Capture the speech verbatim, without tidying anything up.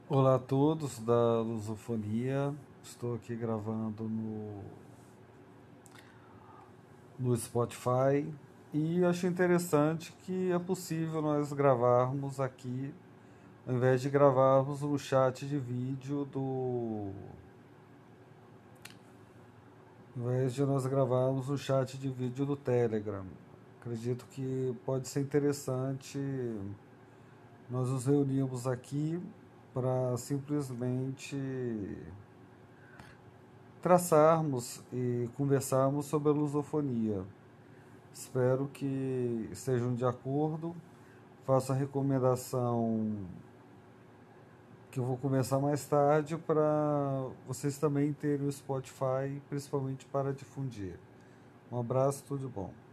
Olá a todos da Lusofonia. Estou aqui gravando no, no Spotify e acho interessante que é possível nós gravarmos aqui, ao invés de gravarmos um chat de vídeo do. Ao invés de nós gravarmos um chat de vídeo do Telegram. Acredito que pode ser interessante nós nos reunirmos aqui para simplesmente traçarmos e conversarmos sobre a lusofonia. Espero que estejam de acordo. Faço a recomendação que eu vou começar mais tarde para vocês também terem o Spotify, principalmente para difundir. Um abraço, tudo de bom.